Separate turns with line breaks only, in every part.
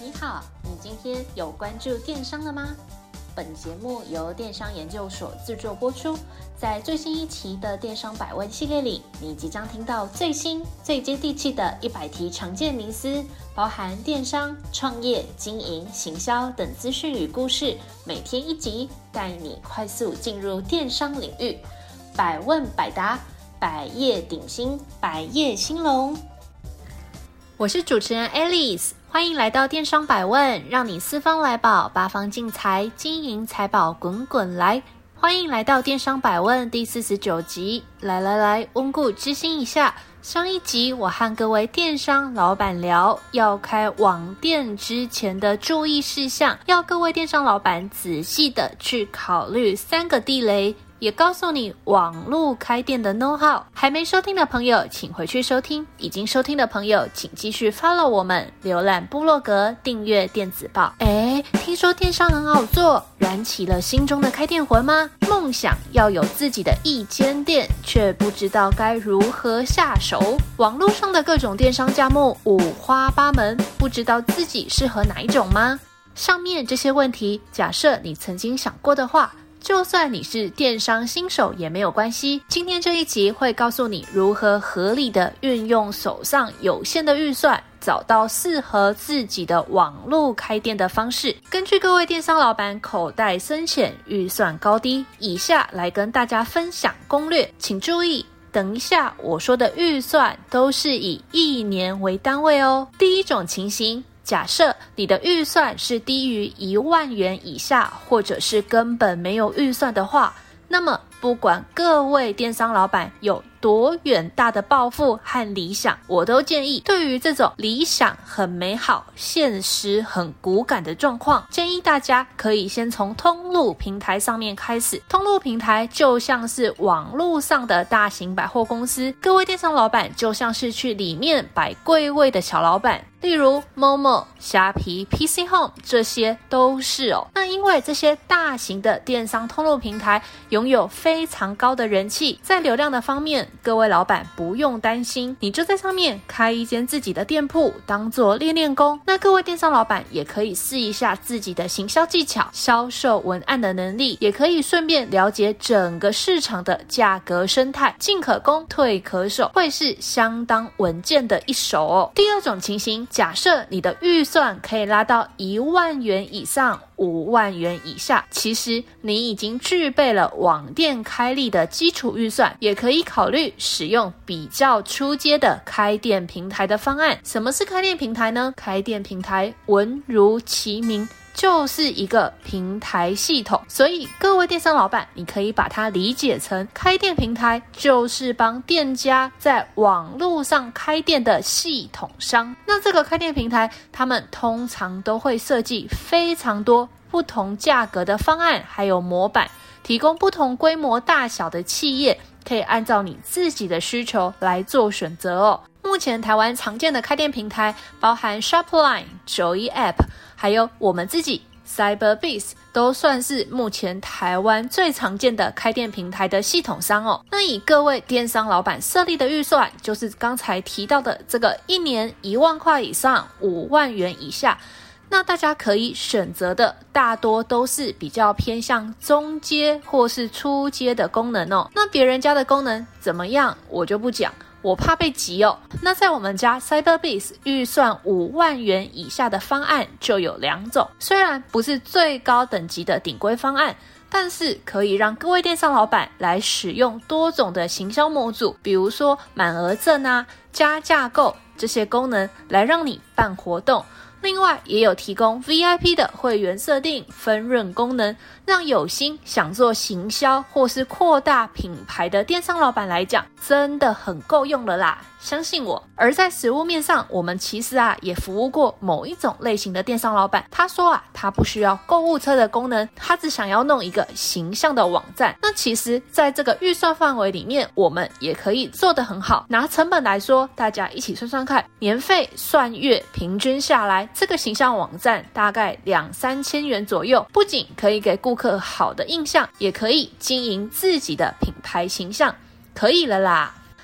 你好，你今天有关注电商了吗？本节目由电商研究所制作播出。在最新一期的电商百问系列里，你即将听到最新、最接地气的100题常见迷思，包含电商、创业、经营、行销等资讯与故事，每天一集，带你快速进入电商领域。百问百答，百业鼎新，百业兴隆。我是主持人 Alice， 欢迎来到电商百问，让你四方来宝，八方进财，金银财宝滚滚来。欢迎来到电商百问第49集，来，温故知新一下。上一集我和各位电商老板聊要开网店之前的注意事项，要各位电商老板仔细的去考虑3个地雷，也告诉你网络开店的 know how。 还没收听的朋友请回去收听，已经收听的朋友请继续 follow 我们，浏览部落格，订阅电子报。听说电商很好做，燃起了心中的开店魂吗？梦想要有自己的一间店，却不知道该如何下手。网络上的各种电商价目五花八门，不知道自己适合哪一种吗？上面这些问题，假设你曾经想过的话，就算你是电商新手也没有关系。今天这一集会告诉你如何合理的运用手上有限的预算，找到适合自己的网络开店的方式。根据各位电商老板口袋深浅、预算高低，以下来跟大家分享攻略。请注意，等一下我说的预算都是以1年为单位哦。第一种情形，假设你的预算是低于1万元以下，或者是根本没有预算的话，那么不管各位电商老板有多远大的抱负和理想，我都建议对于这种理想很美好，现实很骨感的状况，建议大家可以先从通路平台上面开始。通路平台就像是网络上的大型百货公司，各位电商老板就像是去里面摆柜位的小老板，例如 Momo、虾皮、PC Home， 这些都是哦。那因为这些大型的电商通路平台拥有非常高的人气，在流量的方面，各位老板不用担心，你就在上面开一间自己的店铺，当做练练功。那各位电商老板也可以试一下自己的行销技巧、销售文案的能力，也可以顺便了解整个市场的价格生态，进可攻，退可守，会是相当稳健的一手哦。第二种情形，假设你的预算可以拉到1万元以上，5万元以下，其实你已经具备了网店开立的基础预算，也可以考虑使用比较初阶的开店平台的方案。什么是开店平台呢？开店平台文如其名，就是一个平台系统，所以各位电商老板，你可以把它理解成开店平台就是帮店家在网络上开店的系统商。那这个开店平台，他们通常都会设计非常多不同价格的方案，还有模板，提供不同规模大小的企业可以按照你自己的需求来做选择哦。目前台湾常见的开店平台包含 Shopline、91 App， 还有我们自己 Cyberbiz， 都算是目前台湾最常见的开店平台的系统商哦。那以各位电商老板设立的预算，就是刚才提到的这个1年1万块以上，5万元以下，那大家可以选择的大多都是比较偏向中阶或是初阶的功能哦。那别人家的功能怎么样我就不讲，我怕被急哦。那在我们家 Cyberbiz 预算5万元以下的方案就有2种，虽然不是最高等级的顶规方案，但是可以让各位电商老板来使用多种的行销模组，比如说满额赠啊、加价购这些功能来让你办活动。另外也有提供 VIP 的会员设定、分润功能，让有心想做行销或是扩大品牌的电商老板来讲，真的很够用了啦，相信我。而在实务面上，我们其实也服务过某一种类型的电商老板，他说他不需要购物车的功能，他只想要弄一个形象的网站。那其实在这个预算范围里面，我们也可以做得很好。拿成本来说，大家一起算算看，年费算月平均下来，这个形象网站大概2-3千元左右，不仅可以给顾客好的印象，也可以经营自己的品牌形象，可以了啦。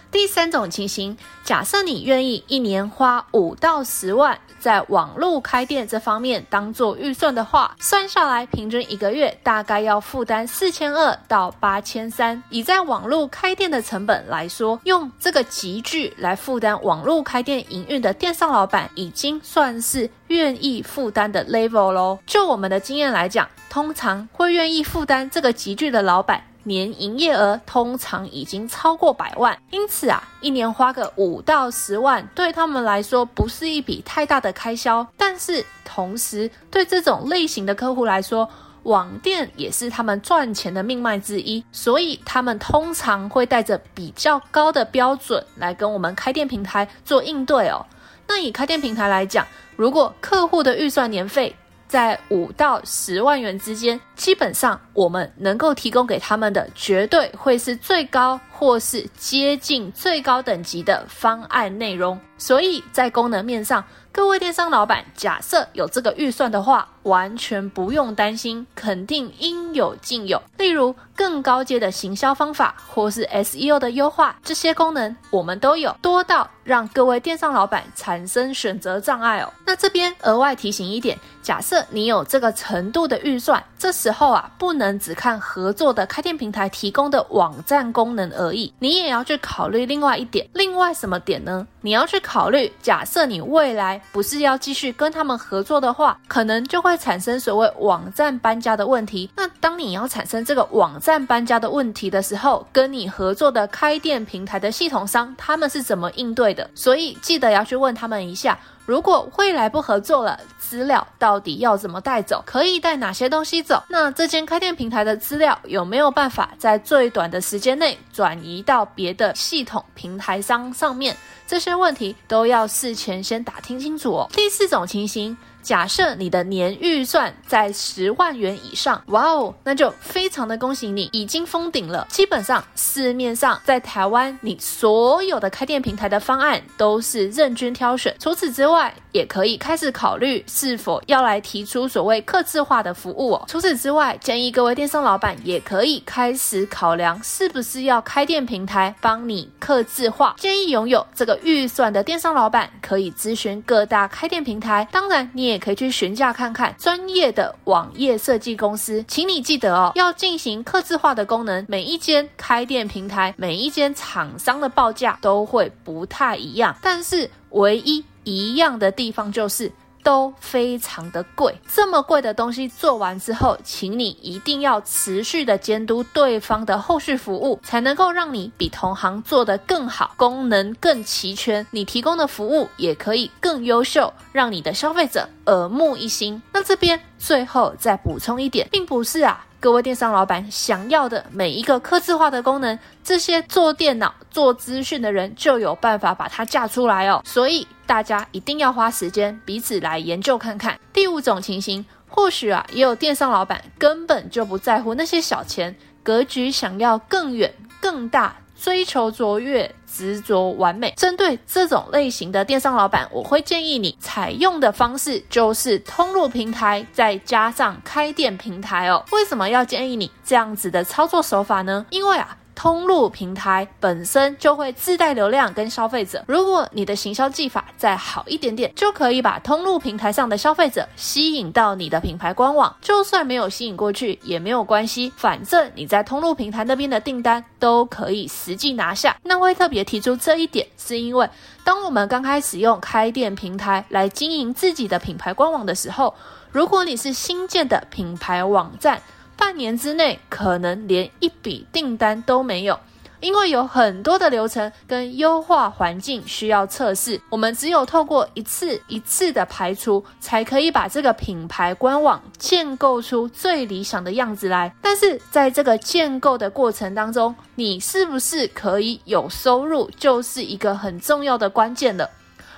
第3种情形，假设你愿意一年花5到10万在网络开店这方面当做预算的话，算下来平均1个月大概要负担4200到8300。以在网络开店的成本来说，用这个集聚来负担网络开店营运的电商老板已经算是愿意负担的 level 咯。就我们的经验来讲，通常会愿意负担这个集聚的老板年营业额通常已经超过100万，因此一年花个5到10万对他们来说不是一笔太大的开销。但是同时对这种类型的客户来说，网店也是他们赚钱的命脉之一，所以他们通常会带着比较高的标准来跟我们开店平台做应对哦。那以开店平台来讲，如果客户的预算年费在5到10万元之间，基本上我们能够提供给他们的绝对会是最高或是接近最高等级的方案内容。所以在功能面上，各位电商老板假设有这个预算的话，完全不用担心，肯定应有尽有。例如更高阶的行销方法或是 SEO 的优化，这些功能我们都有，多到让各位电商老板产生选择障碍哦。那这边额外提醒一点，假设你有这个程度的预算，这时候不能只看合作的开店平台提供的网站功能而已，你也要去考虑另外一点。另外什么点呢？你要去考虑，假设你未来不是要继续跟他们合作的话，可能就会产生所谓网站搬家的问题。那当你要产生这个网站搬家的问题的时候，跟你合作的开店平台的系统商他们是怎么应对的？所以记得要去问他们一下，如果未来不合作了，资料到底要怎么带走？可以带哪些东西走？那这间开店平台的资料有没有办法在最短的时间内转移到别的系统平台商上面？这些问题都要事前先打听清楚哦。第4种情形，假设你的年预算在10万元以上，哇哦，那就非常的恭喜你，已经封顶了。基本上市面上在台湾，你所有的开店平台的方案都是任君挑选。除此之外，也可以开始考虑是否要来提出所谓客制化的服务哦。除此之外，建议各位电商老板也可以开始考量是不是要开店平台帮你客制化。建议拥有这个预算的电商老板可以咨询各大开店平台，当然你也可以去询价看看专业的网页设计公司。请你记得哦，要进行客制化的功能，每一间开店平台每一间厂商的报价都会不太一样，但是唯一一样的地方就是都非常的贵。这么贵的东西做完之后，请你一定要持续的监督对方的后续服务，才能够让你比同行做得更好，功能更齐全，你提供的服务也可以更优秀，让你的消费者耳目一新。那这边最后再补充一点，并不是各位电商老板想要的每一个客制化的功能，这些做电脑做资讯的人就有办法把它架出来哦。所以大家一定要花时间彼此来研究看看。第5种情形，或许也有电商老板根本就不在乎那些小钱，格局想要更远更大，追求卓越，执着完美。针对这种类型的电商老板，我会建议你采用的方式就是通路平台再加上开店平台哦。为什么要建议你这样子的操作手法呢？因为通路平台本身就会自带流量跟消费者，如果你的行销技法再好一点点，就可以把通路平台上的消费者吸引到你的品牌官网。就算没有吸引过去也没有关系，反正你在通路平台那边的订单都可以实际拿下。那会特别提出这一点，是因为当我们刚开始用开店平台来经营自己的品牌官网的时候，如果你是新建的品牌网站，半年之内可能连一笔订单都没有，因为有很多的流程跟优化环境需要测试，我们只有透过一次一次的排除，才可以把这个品牌官网建构出最理想的样子来。但是在这个建构的过程当中，你是不是可以有收入，就是一个很重要的关键了。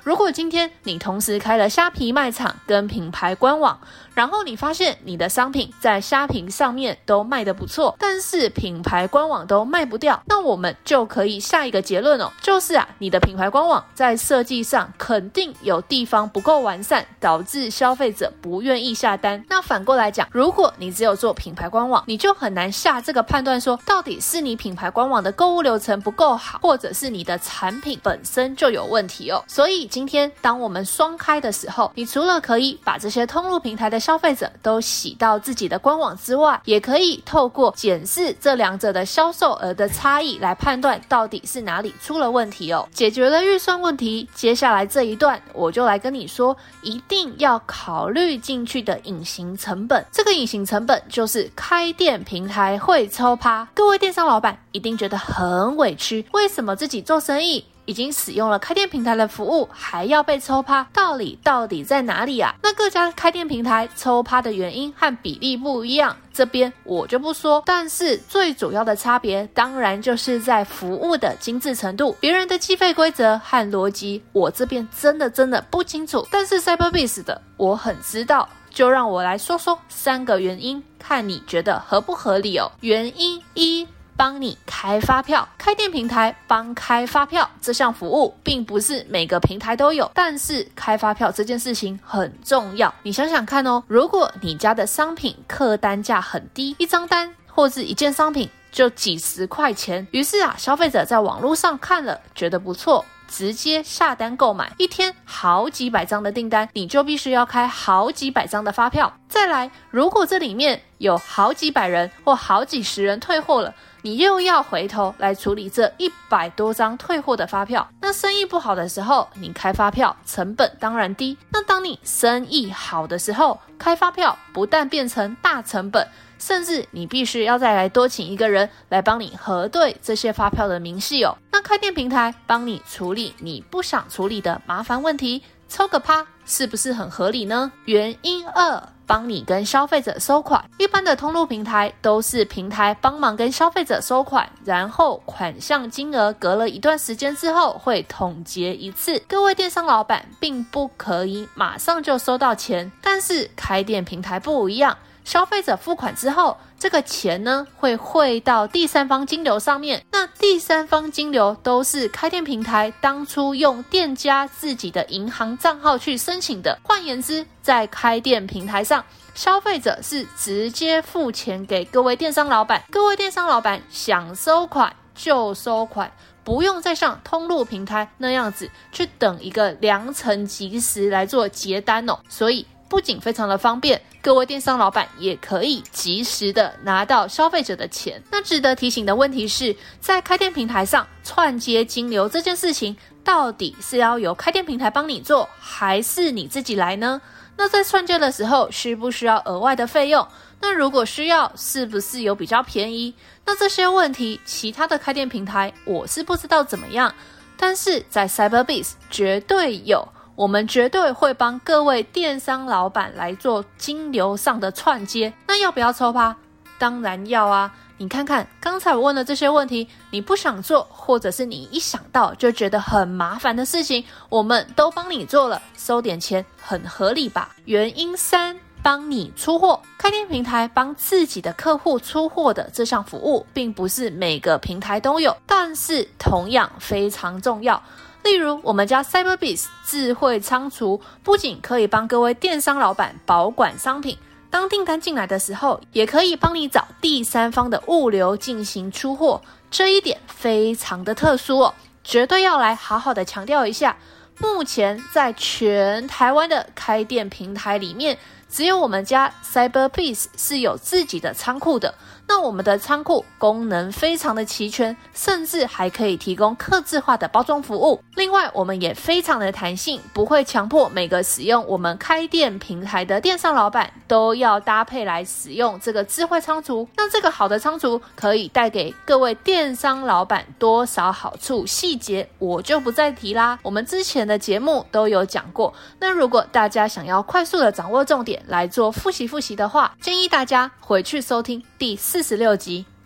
如果今天你同时开了虾皮卖场跟品牌官网，然后你发现你的商品在虾皮上面都卖得不错，但是品牌官网都卖不掉，那我们就可以下一个结论哦，就是你的品牌官网在设计上肯定有地方不够完善，导致消费者不愿意下单。那反过来讲，如果你只有做品牌官网，你就很难下这个判断说，到底是你品牌官网的购物流程不够好，或者是你的产品本身就有问题哦。所以今天当我们双开的时候，你除了可以把这些通路平台的消费者都洗到自己的官网之外，也可以透过检视这两者的销售额的差异来判断到底是哪里出了问题哦。解决了预算问题，接下来这一段我就来跟你说一定要考虑进去的隐形成本。这个隐形成本就是开店平台会抽趴。各位电商老板一定觉得很委屈，为什么自己做生意已经使用了开店平台的服务还要被抽趴，道理到底在哪里啊？那各家开店平台抽趴的原因和比例不一样，这边我就不说，但是最主要的差别当然就是在服务的精致程度。别人的计费规则和逻辑我这边真的不清楚，但是 Cyberbiz 的我很知道，就让我来说说3个原因，看你觉得合不合理哦。原因1，帮你开发票。开店平台帮开发票这项服务并不是每个平台都有，但是开发票这件事情很重要。你想想看哦，如果你家的商品客单价很低，一张单或是一件商品就几十块钱，于是消费者在网络上看了觉得不错，直接下单购买，一天好几百张的订单，你就必须要开好几百张的发票。再来，如果这里面有好几百人或好几十人退货了，你又要回头来处理这100多张退货的发票。那生意不好的时候，你开发票成本当然低，那当你生意好的时候，开发票不但变成大成本，甚至你必须要再来多请一个人来帮你核对这些发票的明细哦。那开店平台帮你处理你不想处理的麻烦问题，抽个趴是不是很合理呢？原因2，帮你跟消费者收款。一般的通路平台都是平台帮忙跟消费者收款，然后款项金额隔了一段时间之后会统结一次。各位电商老板并不可以马上就收到钱，但是开店平台不一样，消费者付款之后，这个钱呢会汇到第三方金流上面。那第三方金流都是开店平台当初用店家自己的银行账号去申请的。换言之，在开店平台上，消费者是直接付钱给各位电商老板，各位电商老板想收款就收款，不用再像通路平台那样子去等一个良辰吉时来做结单哦。所以不仅非常的方便，各位电商老板也可以及时的拿到消费者的钱。那值得提醒的问题是，在开店平台上串接金流这件事情，到底是要由开店平台帮你做，还是你自己来呢？那在串接的时候需不需要额外的费用？那如果需要，是不是有比较便宜？那这些问题其他的开店平台我是不知道怎么样，但是在 Cyberbiz 绝对有，我们绝对会帮各位电商老板来做金流上的串接。那要不要抽趴？当然要啊。你看看刚才我问的这些问题，你不想做，或者是你一想到就觉得很麻烦的事情，我们都帮你做了，收点钱很合理吧？原因3，帮你出货。开店平台帮自己的客户出货的这项服务并不是每个平台都有，但是同样非常重要。例如我们家 Cyberbiz 智慧仓储不仅可以帮各位电商老板保管商品，当订单进来的时候也可以帮你找第三方的物流进行出货，这一点非常的特殊哦，绝对要来好好的强调一下。目前在全台湾的开店平台里面，只有我们家 Cyberbiz 是有自己的仓库的。那我们的仓库功能非常的齐全，甚至还可以提供客制化的包装服务。另外我们也非常的弹性，不会强迫每个使用我们开店平台的电商老板都要搭配来使用这个智慧仓储。那这个好的仓储可以带给各位电商老板多少好处，细节我就不再提啦，我们之前的节目都有讲过。那如果大家想要快速的掌握重点来做复习的话，建议大家回去收听第46集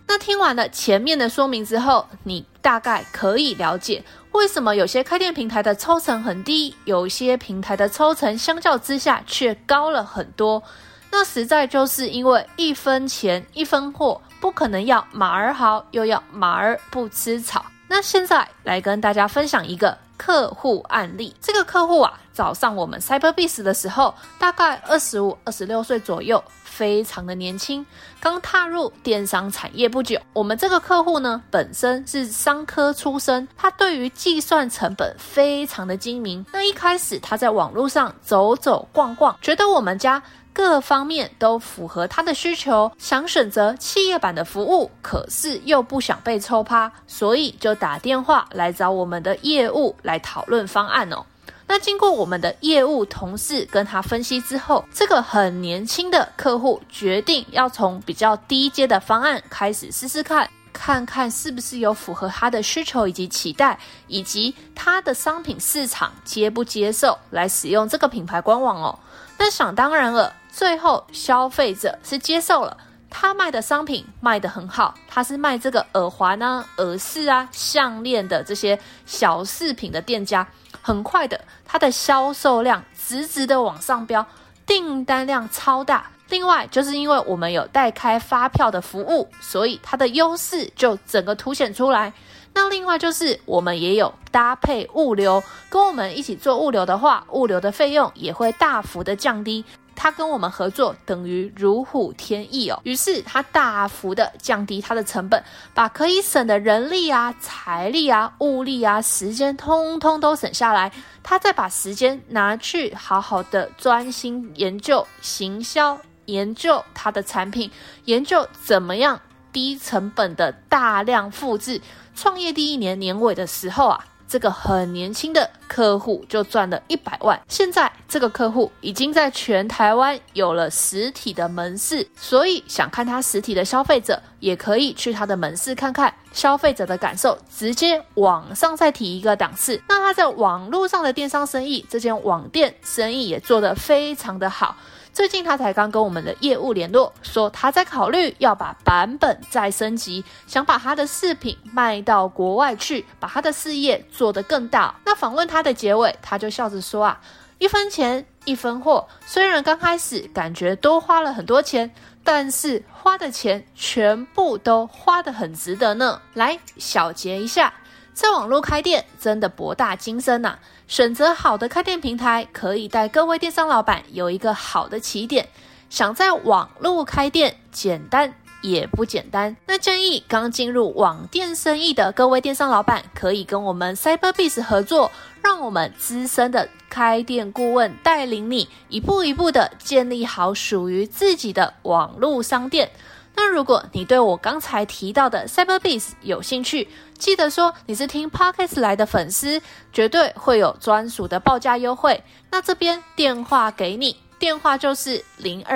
那听完了前面的说明之后，你大概可以了解为什么有些开店平台的抽成很低，有些平台的抽成相较之下却高了很多。那实在就是因为一分钱一分货，不可能要马儿好又要马儿不吃草。那现在来跟大家分享一个客户案例。这个客户啊，找上我们 Cyberbiz 的时候大概25、26岁左右，非常的年轻，刚踏入电商产业不久。我们这个客户呢，本身是商科出身，他对于计算成本非常的精明。那一开始他在网络上走走逛逛，觉得我们家各方面都符合他的需求，想选择企业版的服务，可是又不想被抽趴，所以就打电话来找我们的业务来讨论方案哦。那经过我们的业务同事跟他分析之后，这个很年轻的客户决定要从比较低阶的方案开始试试看，看看是不是有符合他的需求以及期待，以及他的商品市场接不接受来使用这个品牌官网哦。那想当然了，最后消费者是接受了，他卖的商品卖得很好，他是卖这个耳环啊、耳饰啊、项链的这些小饰品的店家，很快的他的销售量直直的往上飙，订单量超大。另外就是因为我们有代开发票的服务，所以它的优势就整个凸显出来。那另外就是我们也有搭配物流，跟我们一起做物流的话，物流的费用也会大幅的降低。他跟我们合作等于如虎添翼哦，于是他大幅的降低他的成本，把可以省的人力啊、财力啊、物力啊、时间通通都省下来，他再把时间拿去好好的专心研究行销，研究他的产品，研究怎么样低成本的大量复制。创业第1年年尾的时候啊，这个很年轻的客户就赚了100万。现在这个客户已经在全台湾有了实体的门市，所以想看他实体的消费者也可以去他的门市看看消费者的感受，直接往上再提一个档次。那他在网络上的电商生意，这间网店生意也做得非常的好。最近他才刚跟我们的业务联络，说他在考虑要把版本再升级，想把他的饰品卖到国外去，把他的事业做得更大。那访问他的结尾，他就笑着说啊，一分钱一分货，虽然刚开始感觉多花了很多钱，但是花的钱全部都花得很值得呢。来小结一下，在网络开店真的博大精深啊，选择好的开店平台可以带各位电商老板有一个好的起点。想在网络开店简单也不简单，那建议刚进入网店生意的各位电商老板可以跟我们 Cyberbiz 合作，让我们资深的开店顾问带领你一步一步的建立好属于自己的网络商店。那如果你对我刚才提到的 Cyberbiz 有兴趣，记得说你是听 Podcast 来的粉丝，绝对会有专属的报价优惠。那这边电话给你，电话就是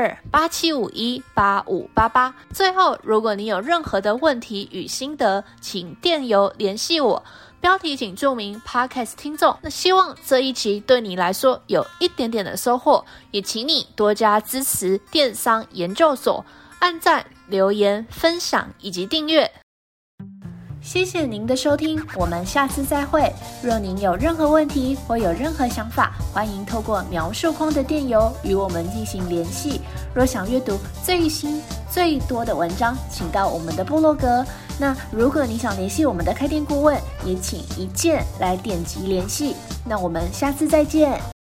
02-8751-8588。最后，如果你有任何的问题与心得，请电邮联系我。标题请注明 Podcast 听众。那希望这一期对你来说有一点点的收获，也请你多加支持电商研究所，按赞、留言、分享以及订阅。谢谢您的收听，我们下次再会。若您有任何问题或有任何想法，欢迎透过描述框的电邮与我们进行联系。若想阅读最新最多的文章，请到我们的部落格。那如果你想联系我们的开店顾问，也请一键来点击联系。那我们下次再见。